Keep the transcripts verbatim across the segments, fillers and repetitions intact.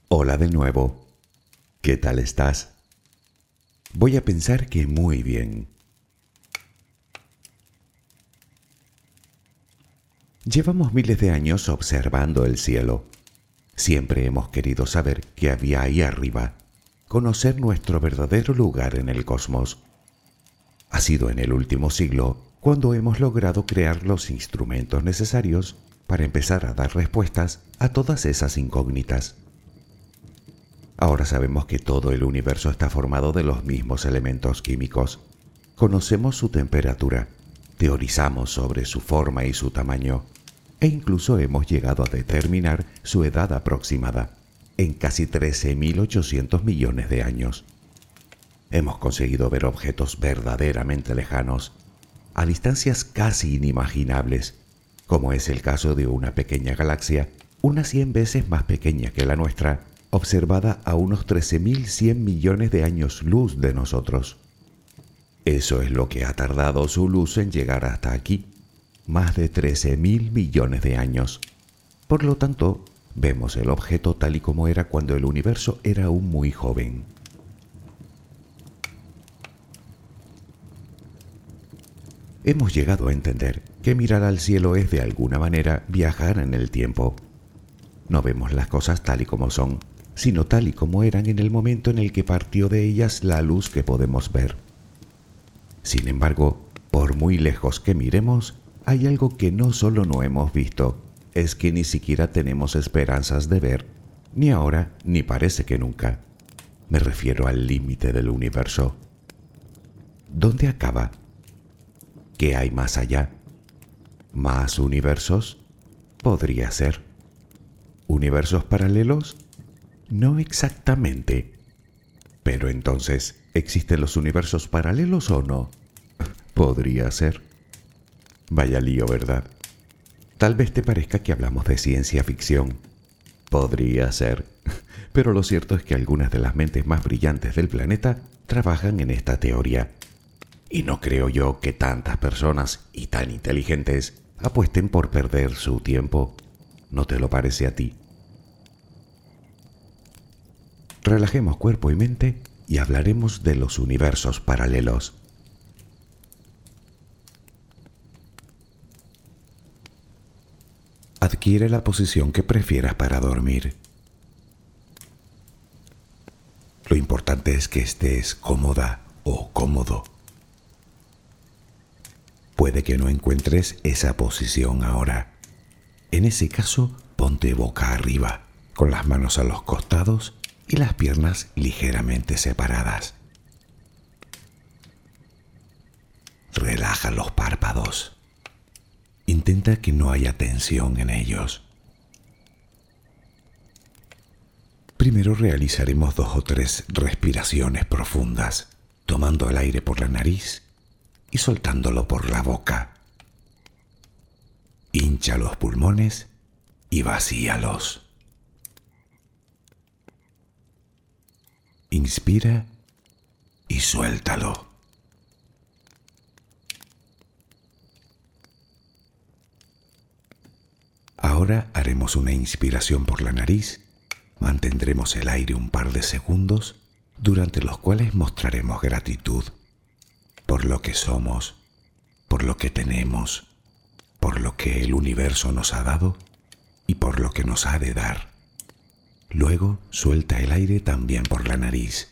Hola de nuevo. ¿Qué tal estás? Voy a pensar que muy bien. Llevamos miles de años observando el cielo. Siempre hemos querido saber qué había ahí arriba, conocer nuestro verdadero lugar en el cosmos. Ha sido en el último siglo cuando hemos logrado crear los instrumentos necesarios para empezar a dar respuestas a todas esas incógnitas. Ahora sabemos que todo el universo está formado de los mismos elementos químicos. Conocemos su temperatura, teorizamos sobre su forma y su tamaño, e incluso hemos llegado a determinar su edad aproximada, en casi trece mil ochocientos millones de años. Hemos conseguido ver objetos verdaderamente lejanos, a distancias casi inimaginables, como es el caso de una pequeña galaxia, unas cien veces más pequeña que la nuestra, observada a unos trece mil cien millones de años luz de nosotros. Eso es lo que ha tardado su luz en llegar hasta aquí, más de trece mil millones de años. Por lo tanto, vemos el objeto tal y como era cuando el universo era aún muy joven. Hemos llegado a entender que mirar al cielo es de alguna manera viajar en el tiempo. No vemos las cosas tal y como son, sino tal y como eran en el momento en el que partió de ellas la luz que podemos ver. Sin embargo, por muy lejos que miremos, hay algo que no solo no hemos visto, es que ni siquiera tenemos esperanzas de ver, ni ahora ni parece que nunca. Me refiero al límite del universo. ¿Dónde acaba? ¿Qué hay más allá? ¿Más universos? Podría ser. ¿Universos paralelos? No exactamente. Pero entonces, ¿existen los universos paralelos o no? Podría ser. Vaya lío, ¿verdad? Tal vez te parezca que hablamos de ciencia ficción. Podría ser. Pero lo cierto es que algunas de las mentes más brillantes del planeta trabajan en esta teoría. Y no creo yo que tantas personas y tan inteligentes apuesten por perder su tiempo. ¿No te lo parece a ti? Relajemos cuerpo y mente y hablaremos de los universos paralelos. Adquiere la posición que prefieras para dormir. Lo importante es que estés cómoda o cómodo. Puede que no encuentres esa posición ahora. En ese caso, ponte boca arriba, con las manos a los costados y las piernas ligeramente separadas. Relaja los párpados. Intenta que no haya tensión en ellos. Primero realizaremos dos o tres respiraciones profundas, tomando el aire por la nariz y soltándolo por la boca. Hincha los pulmones y vacíalos. Inspira y suéltalo. Ahora haremos una inspiración por la nariz. Mantendremos el aire un par de segundos, durante los cuales mostraremos gratitud por lo que somos, por lo que tenemos, por lo que el universo nos ha dado y por lo que nos ha de dar. Luego suelta el aire también por la nariz.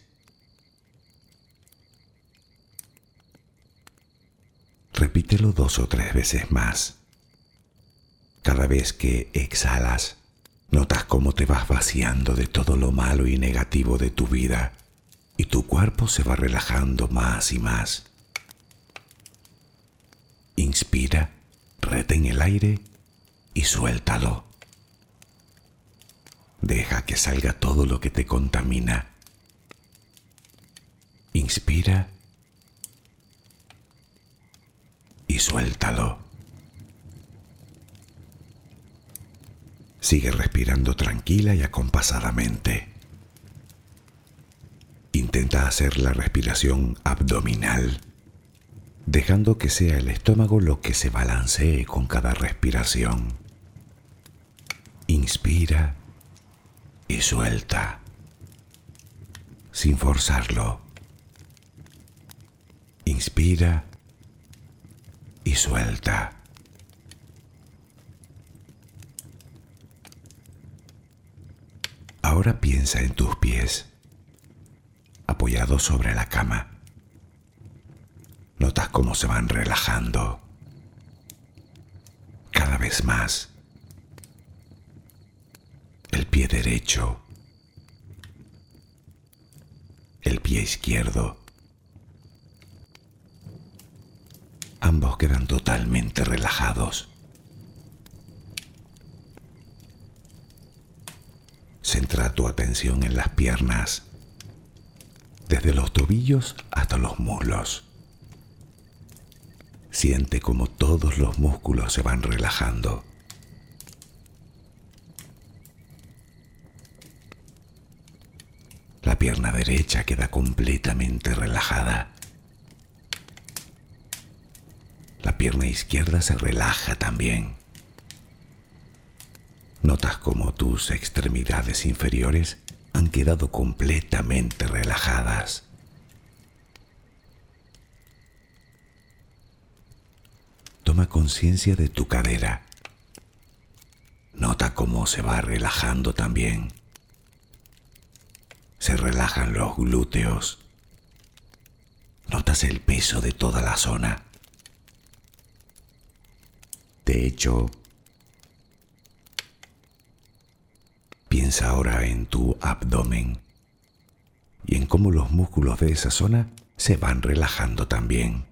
Repítelo dos o tres veces más. Cada vez que exhalas, notas cómo te vas vaciando de todo lo malo y negativo de tu vida y tu cuerpo se va relajando más y más. Inspira, retén el aire y suéltalo. Deja que salga todo lo que te contamina. Inspira y suéltalo. Sigue respirando tranquila y acompasadamente. Intenta hacer la respiración abdominal, dejando que sea el estómago lo que se balancee con cada respiración. Inspira y suelta, sin forzarlo. Inspira y suelta. Ahora piensa en tus pies, apoyados sobre la cama. Notas cómo se van relajando cada vez más. El pie derecho, el pie izquierdo. Ambos quedan totalmente relajados. Centra tu atención en las piernas, desde los tobillos hasta los muslos. Siente cómo todos los músculos se van relajando. La pierna derecha queda completamente relajada. La pierna izquierda se relaja también. Notas cómo tus extremidades inferiores han quedado completamente relajadas. Toma conciencia de tu cadera. Nota cómo se va relajando también. Se relajan los glúteos. Notas el peso de toda la zona. De hecho, piensa ahora en tu abdomen y en cómo los músculos de esa zona se van relajando también.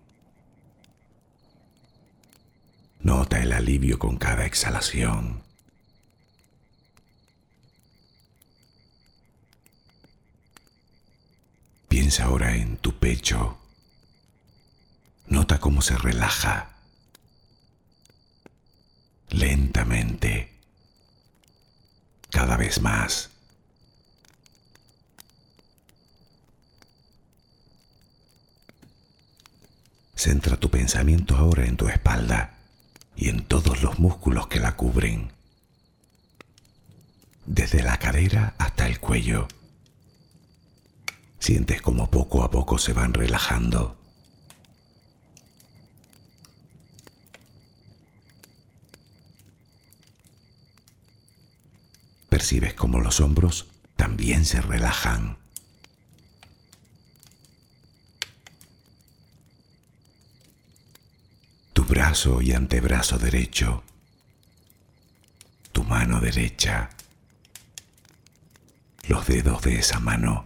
Nota el alivio con cada exhalación. Piensa ahora en tu pecho. Nota cómo se relaja. Lentamente. Cada vez más. Centra tu pensamiento ahora en tu espalda y en todos los músculos que la cubren, desde la cadera hasta el cuello. Sientes como poco a poco se van relajando. Percibes como los hombros también se relajan. Tu brazo y antebrazo derecho, tu mano derecha, los dedos de esa mano.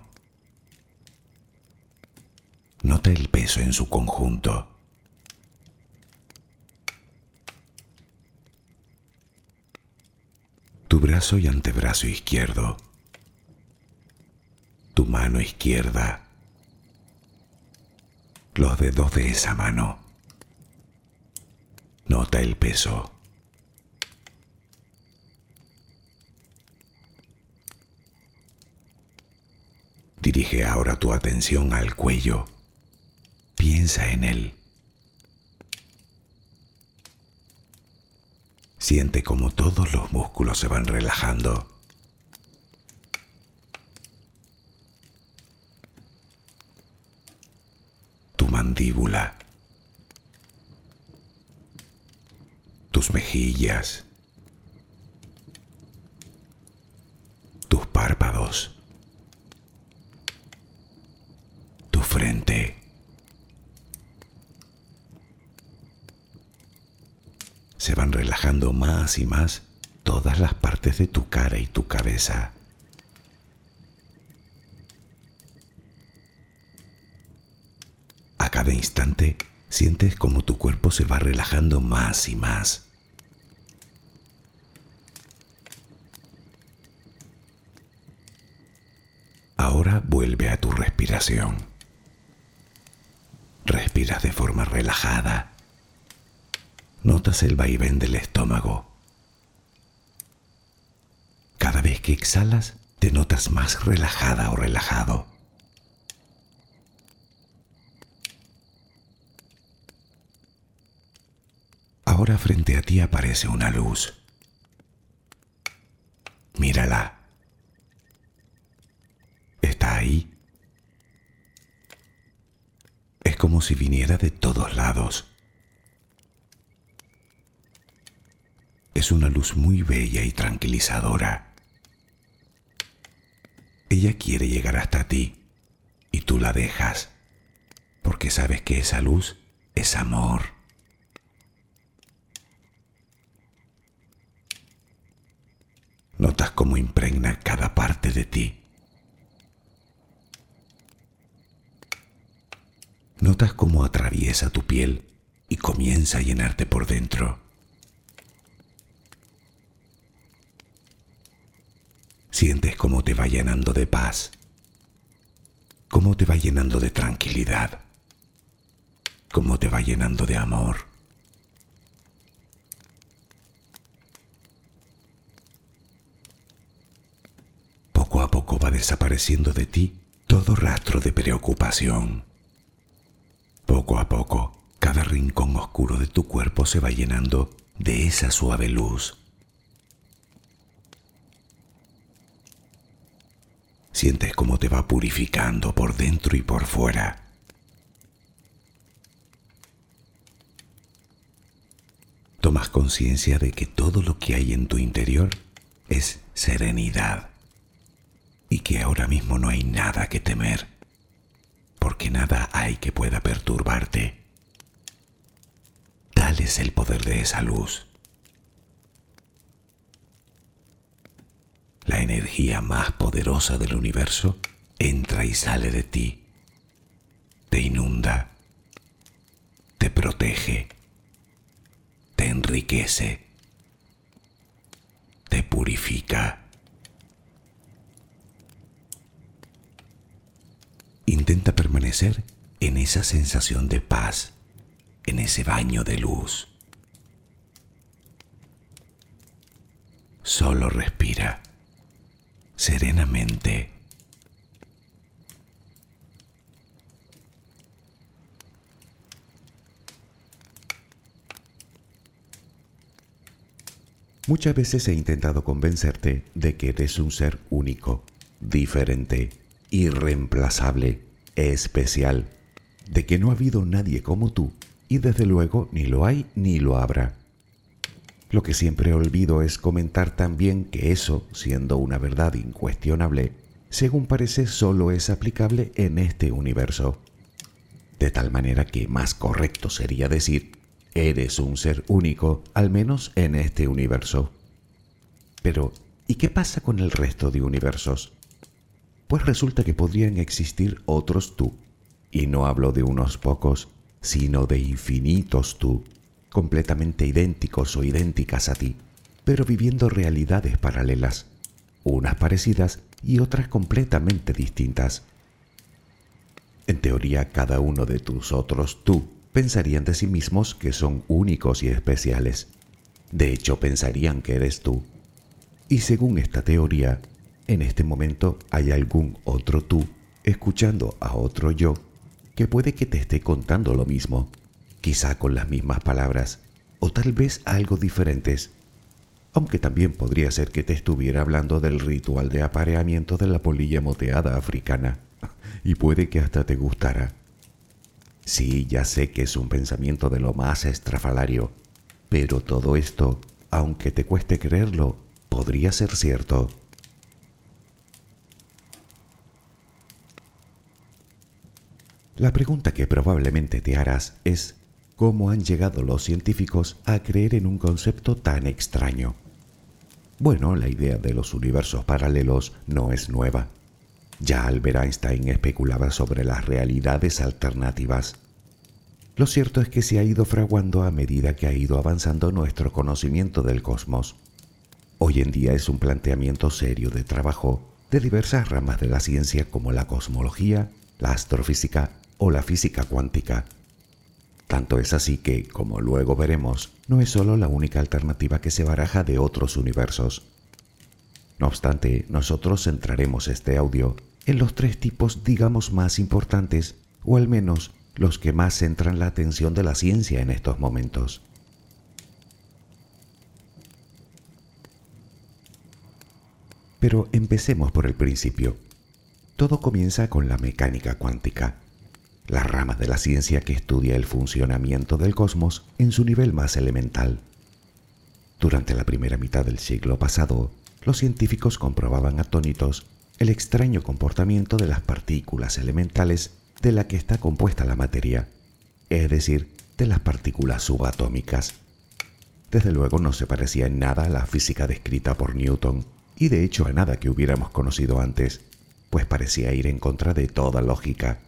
Nota el peso en su conjunto. Tu brazo y antebrazo izquierdo, tu mano izquierda, los dedos de esa mano. Nota el peso. Dirige ahora tu atención al cuello. Piensa en él. Siente como todos los músculos se van relajando. Tu mandíbula. Tus mejillas. Tus párpados. Tu frente. Se van relajando más y más todas las partes de tu cara y tu cabeza. A cada instante sientes como tu cuerpo se va relajando más y más. Ahora vuelve a tu respiración. Respiras de forma relajada. Notas el vaivén del estómago. Cada vez que exhalas, te notas más relajada o relajado. Ahora frente a ti aparece una luz. Mírala. Está ahí. Es como si viniera de todos lados. Es una luz muy bella y tranquilizadora. Ella quiere llegar hasta ti y tú la dejas, porque sabes que esa luz es amor. Notas cómo impregna cada parte de ti. Notas cómo atraviesa tu piel y comienza a llenarte por dentro. Sientes cómo te va llenando de paz, cómo te va llenando de tranquilidad, cómo te va llenando de amor. Poco a poco va desapareciendo de ti todo rastro de preocupación. Poco a poco, cada rincón oscuro de tu cuerpo se va llenando de esa suave luz. Sientes cómo te va purificando por dentro y por fuera. Tomas conciencia de que todo lo que hay en tu interior es serenidad y que ahora mismo no hay nada que temer, porque nada hay que pueda perturbarte. Tal es el poder de esa luz. La energía más poderosa del universo entra y sale de ti, te inunda, te protege, te enriquece, te purifica. Intenta permanecer en esa sensación de paz, en ese baño de luz. Solo respira serenamente. Muchas veces he intentado convencerte de que eres un ser único, diferente, irreemplazable, especial, de que no ha habido nadie como tú y desde luego ni lo hay ni lo habrá. Lo que siempre olvido es comentar también que eso, siendo una verdad incuestionable, según parece solo es aplicable en este universo. De tal manera que más correcto sería decir, eres un ser único, al menos en este universo. Pero, ¿y qué pasa con el resto de universos? Pues resulta que podrían existir otros tú, y no hablo de unos pocos, sino de infinitos tú, completamente idénticos o idénticas a ti, pero viviendo realidades paralelas, unas parecidas y otras completamente distintas. En teoría, cada uno de tus otros tú pensarían de sí mismos que son únicos y especiales. De hecho, pensarían que eres tú. Y según esta teoría, en este momento hay algún otro tú escuchando a otro yo que puede que te esté contando lo mismo, quizá con las mismas palabras, o tal vez algo diferentes, aunque también podría ser que te estuviera hablando del ritual de apareamiento de la polilla moteada africana, y puede que hasta te gustara. Sí, ya sé que es un pensamiento de lo más estrafalario, pero todo esto, aunque te cueste creerlo, podría ser cierto. La pregunta que probablemente te harás es ¿cómo han llegado los científicos a creer en un concepto tan extraño? Bueno, la idea de los universos paralelos no es nueva. Ya Albert Einstein especulaba sobre las realidades alternativas. Lo cierto es que se ha ido fraguando a medida que ha ido avanzando nuestro conocimiento del cosmos. Hoy en día es un planteamiento serio de trabajo de diversas ramas de la ciencia como la cosmología, la astrofísica o la física cuántica. Tanto es así que, como luego veremos, no es solo la única alternativa que se baraja de otros universos. No obstante, nosotros centraremos este audio en los tres tipos, digamos, más importantes, o al menos los que más centran la atención de la ciencia en estos momentos. Pero empecemos por el principio. Todo comienza con la mecánica cuántica, la rama de la ciencia que estudia el funcionamiento del cosmos en su nivel más elemental. Durante la primera mitad del siglo pasado, los científicos comprobaban atónitos el extraño comportamiento de las partículas elementales de la que está compuesta la materia, es decir, de las partículas subatómicas. Desde luego no se parecía en nada a la física descrita por Newton, y de hecho a nada que hubiéramos conocido antes, pues parecía ir en contra de toda lógica.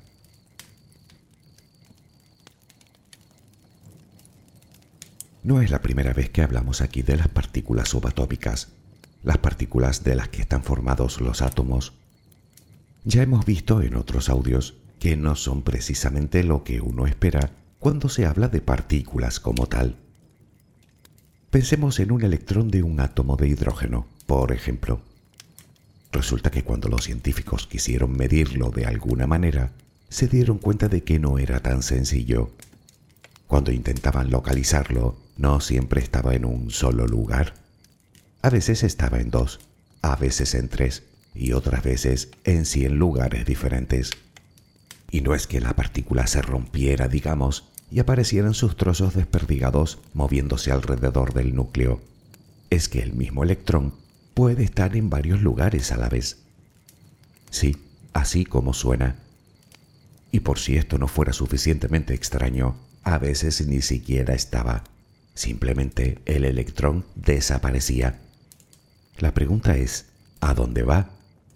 No es la primera vez que hablamos aquí de las partículas subatómicas, las partículas de las que están formados los átomos. Ya hemos visto en otros audios que no son precisamente lo que uno espera cuando se habla de partículas como tal. Pensemos en un electrón de un átomo de hidrógeno, por ejemplo. Resulta que cuando los científicos quisieron medirlo de alguna manera, se dieron cuenta de que no era tan sencillo. Cuando intentaban localizarlo, no siempre estaba en un solo lugar. A veces estaba en dos, a veces en tres y otras veces en cien lugares diferentes. Y no es que la partícula se rompiera, digamos, y aparecieran sus trozos desperdigados moviéndose alrededor del núcleo. Es que el mismo electrón puede estar en varios lugares a la vez. Sí, así como suena. Y por si esto no fuera suficientemente extraño, a veces ni siquiera estaba. Simplemente el electrón desaparecía. La pregunta es, ¿a dónde va?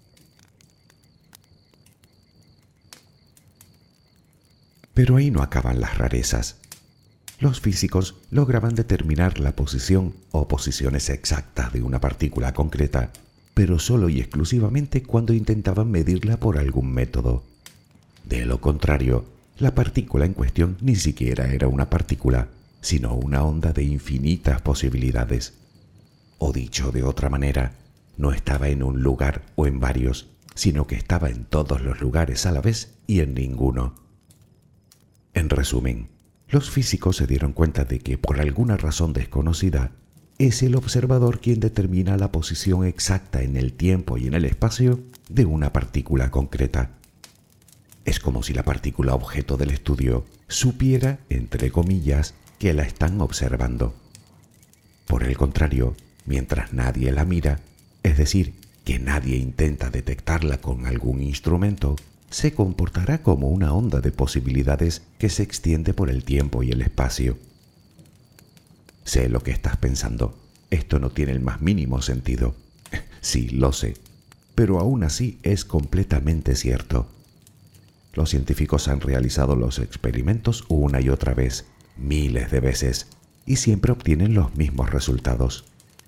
Pero ahí no acaban las rarezas. Los físicos lograban determinar la posición o posiciones exactas de una partícula concreta, pero solo y exclusivamente cuando intentaban medirla por algún método. De lo contrario, la partícula en cuestión ni siquiera era una partícula, sino una onda de infinitas posibilidades. O dicho de otra manera, no estaba en un lugar o en varios, sino que estaba en todos los lugares a la vez y en ninguno. En resumen, los físicos se dieron cuenta de que por alguna razón desconocida, es el observador quien determina la posición exacta en el tiempo y en el espacio de una partícula concreta. Es como si la partícula objeto del estudio supiera, entre comillas, que la están observando. Por el contrario, mientras nadie la mira, es decir, que nadie intenta detectarla con algún instrumento, se comportará como una onda de posibilidades que se extiende por el tiempo y el espacio. Sé lo que estás pensando. Esto no tiene el más mínimo sentido. Sí, lo sé. Pero aún así es completamente cierto. Los científicos han realizado los experimentos una y otra vez, miles de veces, y siempre obtienen los mismos resultados.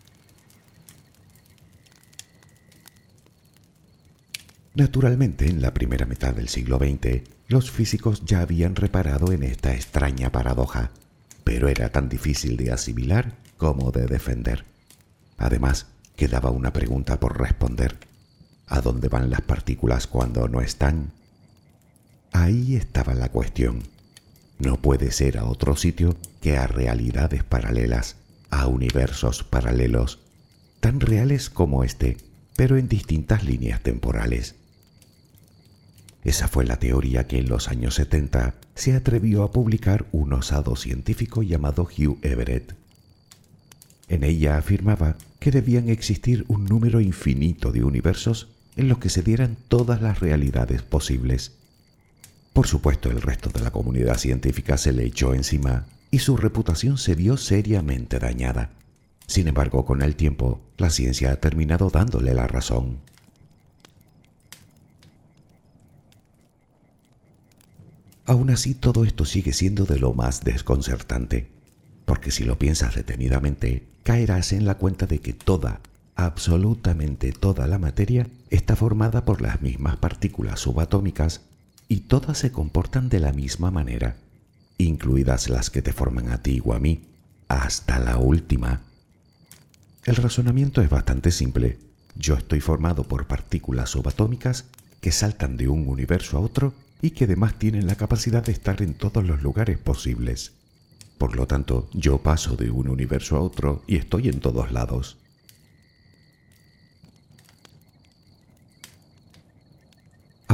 Naturalmente, en la primera mitad del siglo veinte, los físicos ya habían reparado en esta extraña paradoja, pero era tan difícil de asimilar como de defender. Además, quedaba una pregunta por responder. ¿A dónde van las partículas cuando no están? Ahí estaba la cuestión. No puede ser a otro sitio que a realidades paralelas, a universos paralelos, tan reales como este, pero en distintas líneas temporales. Esa fue la teoría que en los años setenta se atrevió a publicar un osado científico llamado Hugh Everett. En ella afirmaba que debían existir un número infinito de universos en los que se dieran todas las realidades posibles. Por supuesto, el resto de la comunidad científica se le echó encima y su reputación se vio seriamente dañada. Sin embargo, con el tiempo, la ciencia ha terminado dándole la razón. Aún así, todo esto sigue siendo de lo más desconcertante, porque si lo piensas detenidamente, caerás en la cuenta de que toda, absolutamente toda la materia está formada por las mismas partículas subatómicas y todas se comportan de la misma manera, incluidas las que te forman a ti o a mí, hasta la última. El razonamiento es bastante simple. Yo estoy formado por partículas subatómicas que saltan de un universo a otro y que además tienen la capacidad de estar en todos los lugares posibles. Por lo tanto, yo paso de un universo a otro y estoy en todos lados.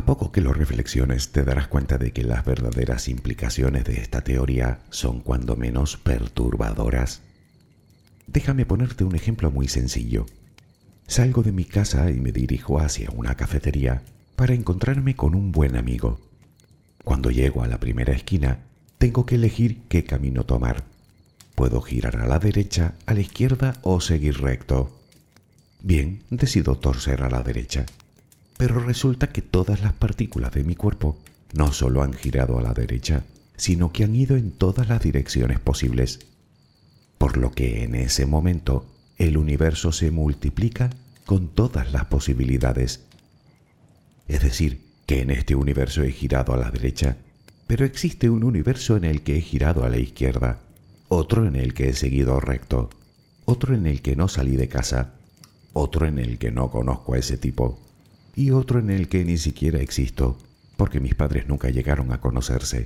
poco que lo reflexiones te darás cuenta de que las verdaderas implicaciones de esta teoría son cuando menos perturbadoras. Déjame ponerte un ejemplo muy sencillo. Salgo de mi casa y me dirijo hacia una cafetería para encontrarme con un buen amigo. Cuando llego a la primera esquina, tengo que elegir qué camino tomar. Puedo girar a la derecha, a la izquierda o seguir recto. Bien, decido torcer a la derecha. Pero resulta que todas las partículas de mi cuerpo no solo han girado a la derecha, sino que han ido en todas las direcciones posibles. Por lo que en ese momento el universo se multiplica con todas las posibilidades. Es decir, que en este universo he girado a la derecha, pero existe un universo en el que he girado a la izquierda, otro en el que he seguido recto, otro en el que no salí de casa, otro en el que no conozco a ese tipo, y otro en el que ni siquiera existo, porque mis padres nunca llegaron a conocerse.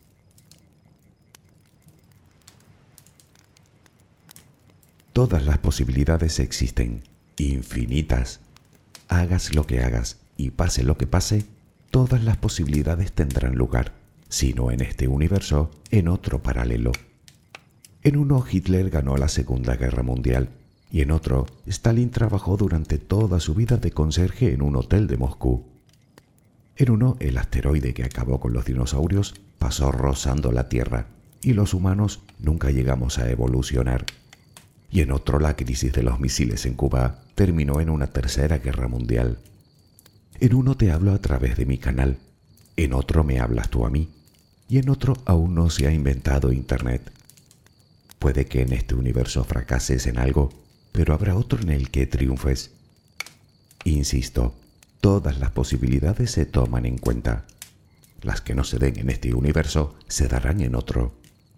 Todas las posibilidades existen, infinitas. Hagas lo que hagas y pase lo que pase, todas las posibilidades tendrán lugar, si no en este universo, en otro paralelo. En uno Hitler ganó la Segunda Guerra Mundial y en otro Stalin trabajó durante toda su vida de conserje en un hotel de Moscú. En uno el asteroide que acabó con los dinosaurios pasó rozando la Tierra y los humanos nunca llegamos a evolucionar. Y en otro la crisis de los misiles en Cuba terminó en una tercera guerra mundial. En uno te hablo a través de mi canal, en otro me hablas tú a mí, y en otro aún no se ha inventado Internet. Puede que en este universo fracases en algo, pero habrá otro en el que triunfes. Insisto, todas las posibilidades se toman en cuenta. Las que no se den en este universo se darán en otro.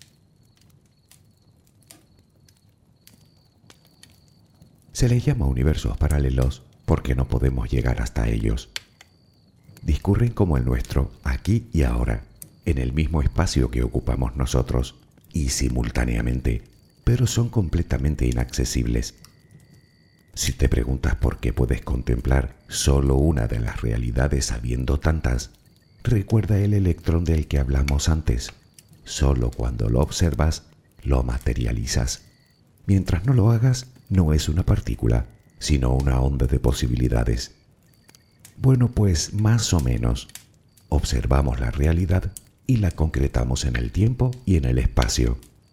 Se les llama universos paralelos porque no podemos llegar hasta ellos. Discurren como el nuestro, aquí y ahora, en el mismo espacio que ocupamos nosotros, y simultáneamente, pero son completamente inaccesibles. Si te preguntas por qué puedes contemplar solo una de las realidades habiendo tantas, recuerda el electrón del que hablamos antes. Solo cuando lo observas, lo materializas. Mientras no lo hagas, no es una partícula, sino una onda de posibilidades. Bueno, pues más o menos, observamos la realidad y la concretamos en el tiempo y en el espacio.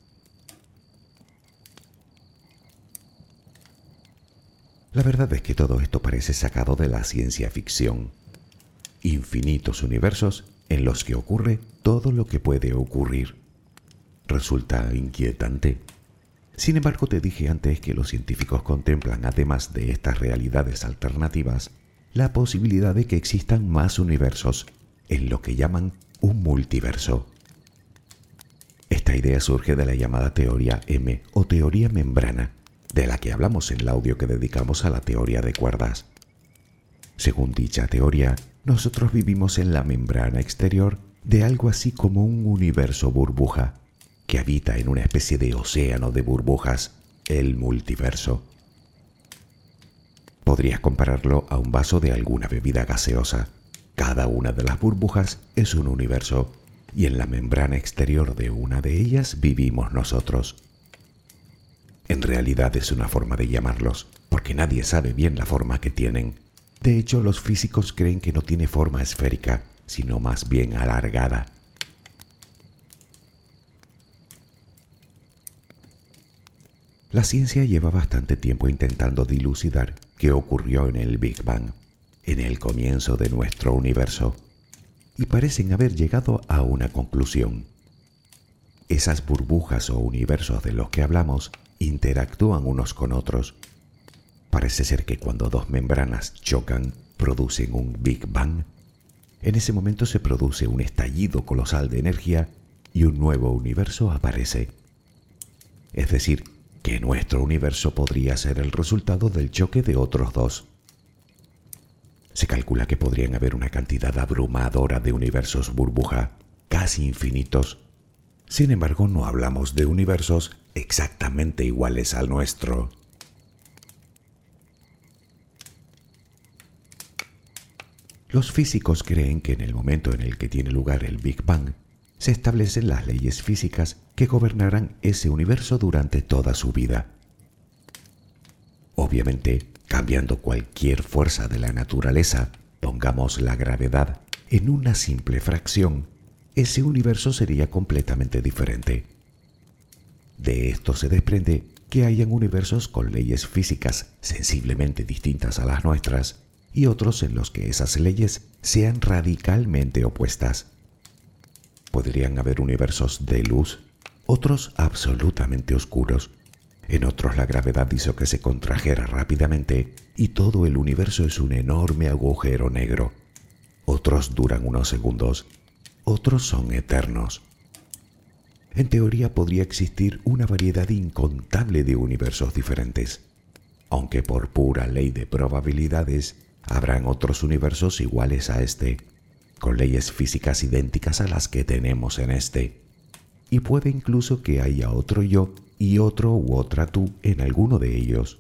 La verdad es que todo esto parece sacado de la ciencia ficción. Infinitos universos en los que ocurre todo lo que puede ocurrir. Resulta inquietante. Sin embargo, te dije antes que los científicos contemplan, además de estas realidades alternativas, la posibilidad de que existan más universos, en lo que llaman un multiverso. Esta idea surge de la llamada teoría M o teoría membrana, de la que hablamos en el audio que dedicamos a la teoría de cuerdas. Según dicha teoría, nosotros vivimos en la membrana exterior de algo así como un universo burbuja, que habita en una especie de océano de burbujas, el multiverso. Podrías compararlo a un vaso de alguna bebida gaseosa. Cada una de las burbujas es un universo, y en la membrana exterior de una de ellas vivimos nosotros. En realidad es una forma de llamarlos, porque nadie sabe bien la forma que tienen. De hecho, los físicos creen que no tiene forma esférica, sino más bien alargada. La ciencia lleva bastante tiempo intentando dilucidar qué ocurrió en el Big Bang, en el comienzo de nuestro universo, y parecen haber llegado a una conclusión. Esas burbujas o universos de los que hablamos interactúan unos con otros. Parece ser que cuando dos membranas chocan, producen un Big Bang. En ese momento se produce un estallido colosal de energía y un nuevo universo aparece. Es decir, que nuestro universo podría ser el resultado del choque de otros dos. Se calcula que podrían haber una cantidad abrumadora de universos burbuja, casi infinitos. Sin embargo, no hablamos de universos exactamente iguales al nuestro. Los físicos creen que en el momento en el que tiene lugar el Big Bang, se establecen las leyes físicas que gobernarán ese universo durante toda su vida. Obviamente, cambiando cualquier fuerza de la naturaleza, pongamos la gravedad, en una simple fracción, ese universo sería completamente diferente. De esto se desprende que hayan universos con leyes físicas sensiblemente distintas a las nuestras y otros en los que esas leyes sean radicalmente opuestas. Podrían haber universos de luz, otros absolutamente oscuros. En otros la gravedad hizo que se contrajera rápidamente y todo el universo es un enorme agujero negro. Otros duran unos segundos, otros son eternos. En teoría podría existir una variedad incontable de universos diferentes, aunque por pura ley de probabilidades habrán otros universos iguales a este, con leyes físicas idénticas a las que tenemos en este. Y puede incluso que haya otro yo y otro u otra tú en alguno de ellos.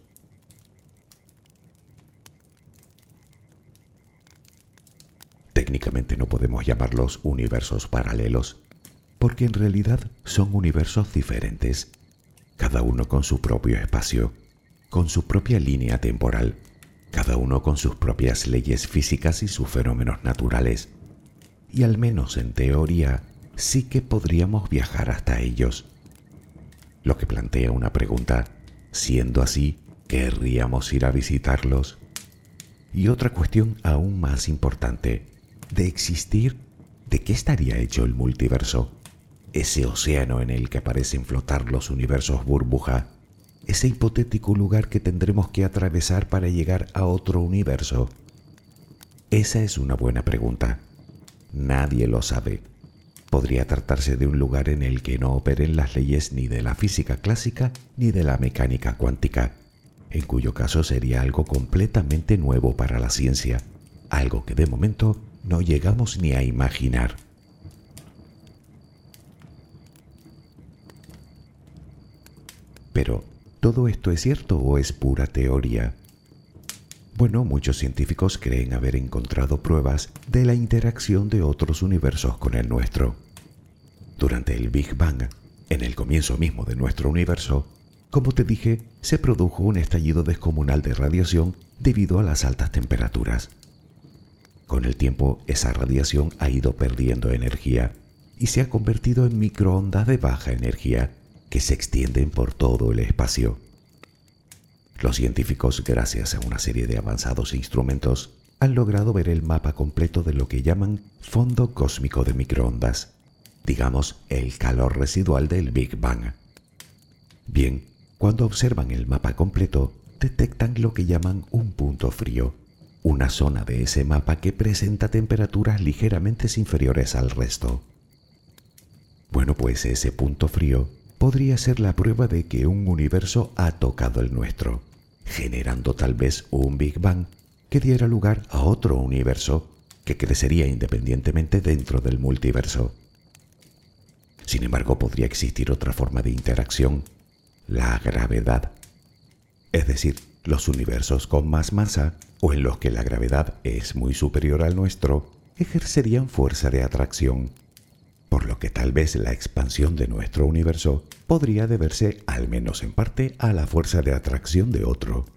Técnicamente no podemos llamarlos universos paralelos, porque en realidad son universos diferentes, cada uno con su propio espacio, con su propia línea temporal, cada uno con sus propias leyes físicas y sus fenómenos naturales. Y al menos en teoría, sí que podríamos viajar hasta ellos. Lo que plantea una pregunta: siendo así, ¿querríamos ir a visitarlos? Y otra cuestión aún más importante: de existir, ¿de qué estaría hecho el multiverso? Ese océano en el que parecen flotar los universos burbuja, ese hipotético lugar que tendremos que atravesar para llegar a otro universo. Esa es una buena pregunta. Nadie lo sabe. Podría tratarse de un lugar en el que no operen las leyes ni de la física clásica ni de la mecánica cuántica, en cuyo caso sería algo completamente nuevo para la ciencia, algo que de momento no llegamos ni a imaginar. Pero, ¿todo esto es cierto o es pura teoría? Bueno, muchos científicos creen haber encontrado pruebas de la interacción de otros universos con el nuestro. Durante el Big Bang, en el comienzo mismo de nuestro universo, como te dije, se produjo un estallido descomunal de radiación debido a las altas temperaturas. Con el tiempo, esa radiación ha ido perdiendo energía y se ha convertido en microondas de baja energía que se extienden por todo el espacio. Los científicos, gracias a una serie de avanzados instrumentos, han logrado ver el mapa completo de lo que llaman fondo cósmico de microondas, digamos el calor residual del Big Bang. Bien, cuando observan el mapa completo, detectan lo que llaman un punto frío, una zona de ese mapa que presenta temperaturas ligeramente inferiores al resto. Bueno, pues ese punto frío podría ser la prueba de que un universo ha tocado el nuestro, generando tal vez un Big Bang que diera lugar a otro universo que crecería independientemente dentro del multiverso. Sin embargo, podría existir otra forma de interacción, la gravedad. Es decir, los universos con más masa, o en los que la gravedad es muy superior al nuestro, ejercerían fuerza de atracción, por lo que tal vez la expansión de nuestro universo podría deberse, al menos en parte, a la fuerza de atracción de otro.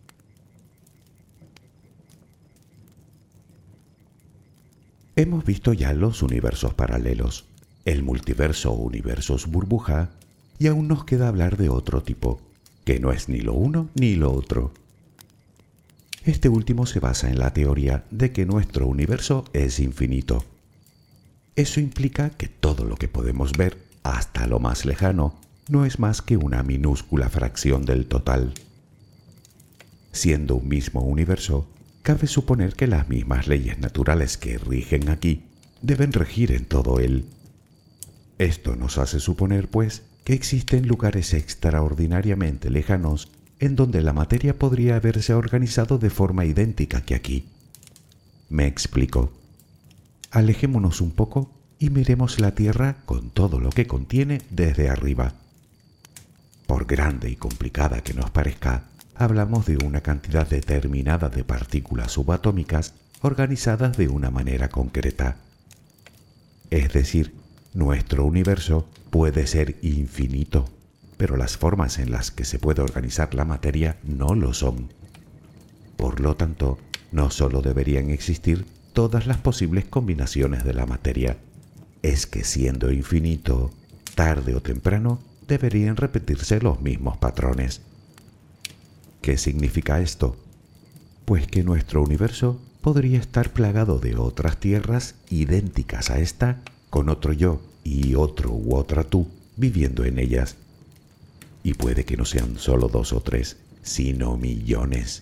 Hemos visto ya los universos paralelos, el multiverso o universos burbuja, y aún nos queda hablar de otro tipo, que no es ni lo uno ni lo otro. Este último se basa en la teoría de que nuestro universo es infinito. Eso implica que todo lo que podemos ver, hasta lo más lejano, no es más que una minúscula fracción del total. Siendo un mismo universo, cabe suponer que las mismas leyes naturales que rigen aquí deben regir en todo él. Esto nos hace suponer, pues, que existen lugares extraordinariamente lejanos en donde la materia podría haberse organizado de forma idéntica que aquí. Me explico. Alejémonos un poco y miremos la Tierra con todo lo que contiene desde arriba. Por grande y complicada que nos parezca, hablamos de una cantidad determinada de partículas subatómicas organizadas de una manera concreta. Es decir, nuestro universo puede ser infinito, pero las formas en las que se puede organizar la materia no lo son. Por lo tanto, no solo deberían existir todas las posibles combinaciones de la materia, es que siendo infinito, tarde o temprano deberían repetirse los mismos patrones. ¿Qué significa esto? Pues que nuestro universo podría estar plagado de otras tierras idénticas a esta, con otro yo y otro u otra tú viviendo en ellas. Y puede que no sean solo dos o tres, sino millones.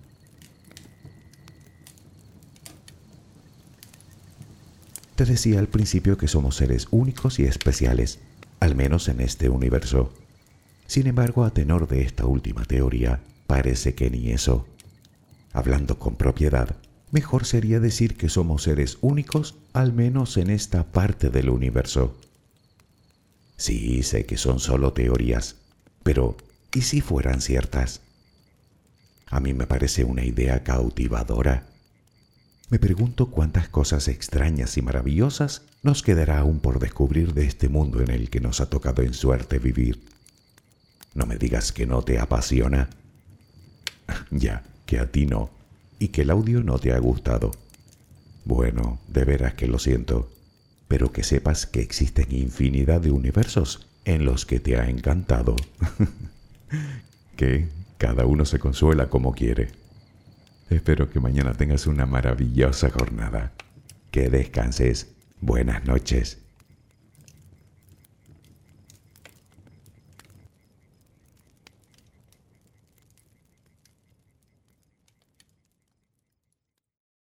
Te decía al principio que somos seres únicos y especiales, al menos en este universo. Sin embargo, a tenor de esta última teoría, parece que ni eso. Hablando con propiedad, mejor sería decir que somos seres únicos, al menos en esta parte del universo. Sí, sé que son solo teorías, pero ¿y si fueran ciertas? A mí me parece una idea cautivadora. Me pregunto cuántas cosas extrañas y maravillosas nos quedará aún por descubrir de este mundo en el que nos ha tocado en suerte vivir. No me digas que no te apasiona. Ya, que a ti no, y que el audio no te ha gustado. Bueno, de veras que lo siento, pero que sepas que existen infinidad de universos en los que te ha encantado. Que cada uno se consuela como quiere. Espero que mañana tengas una maravillosa jornada. Que descanses. Buenas noches.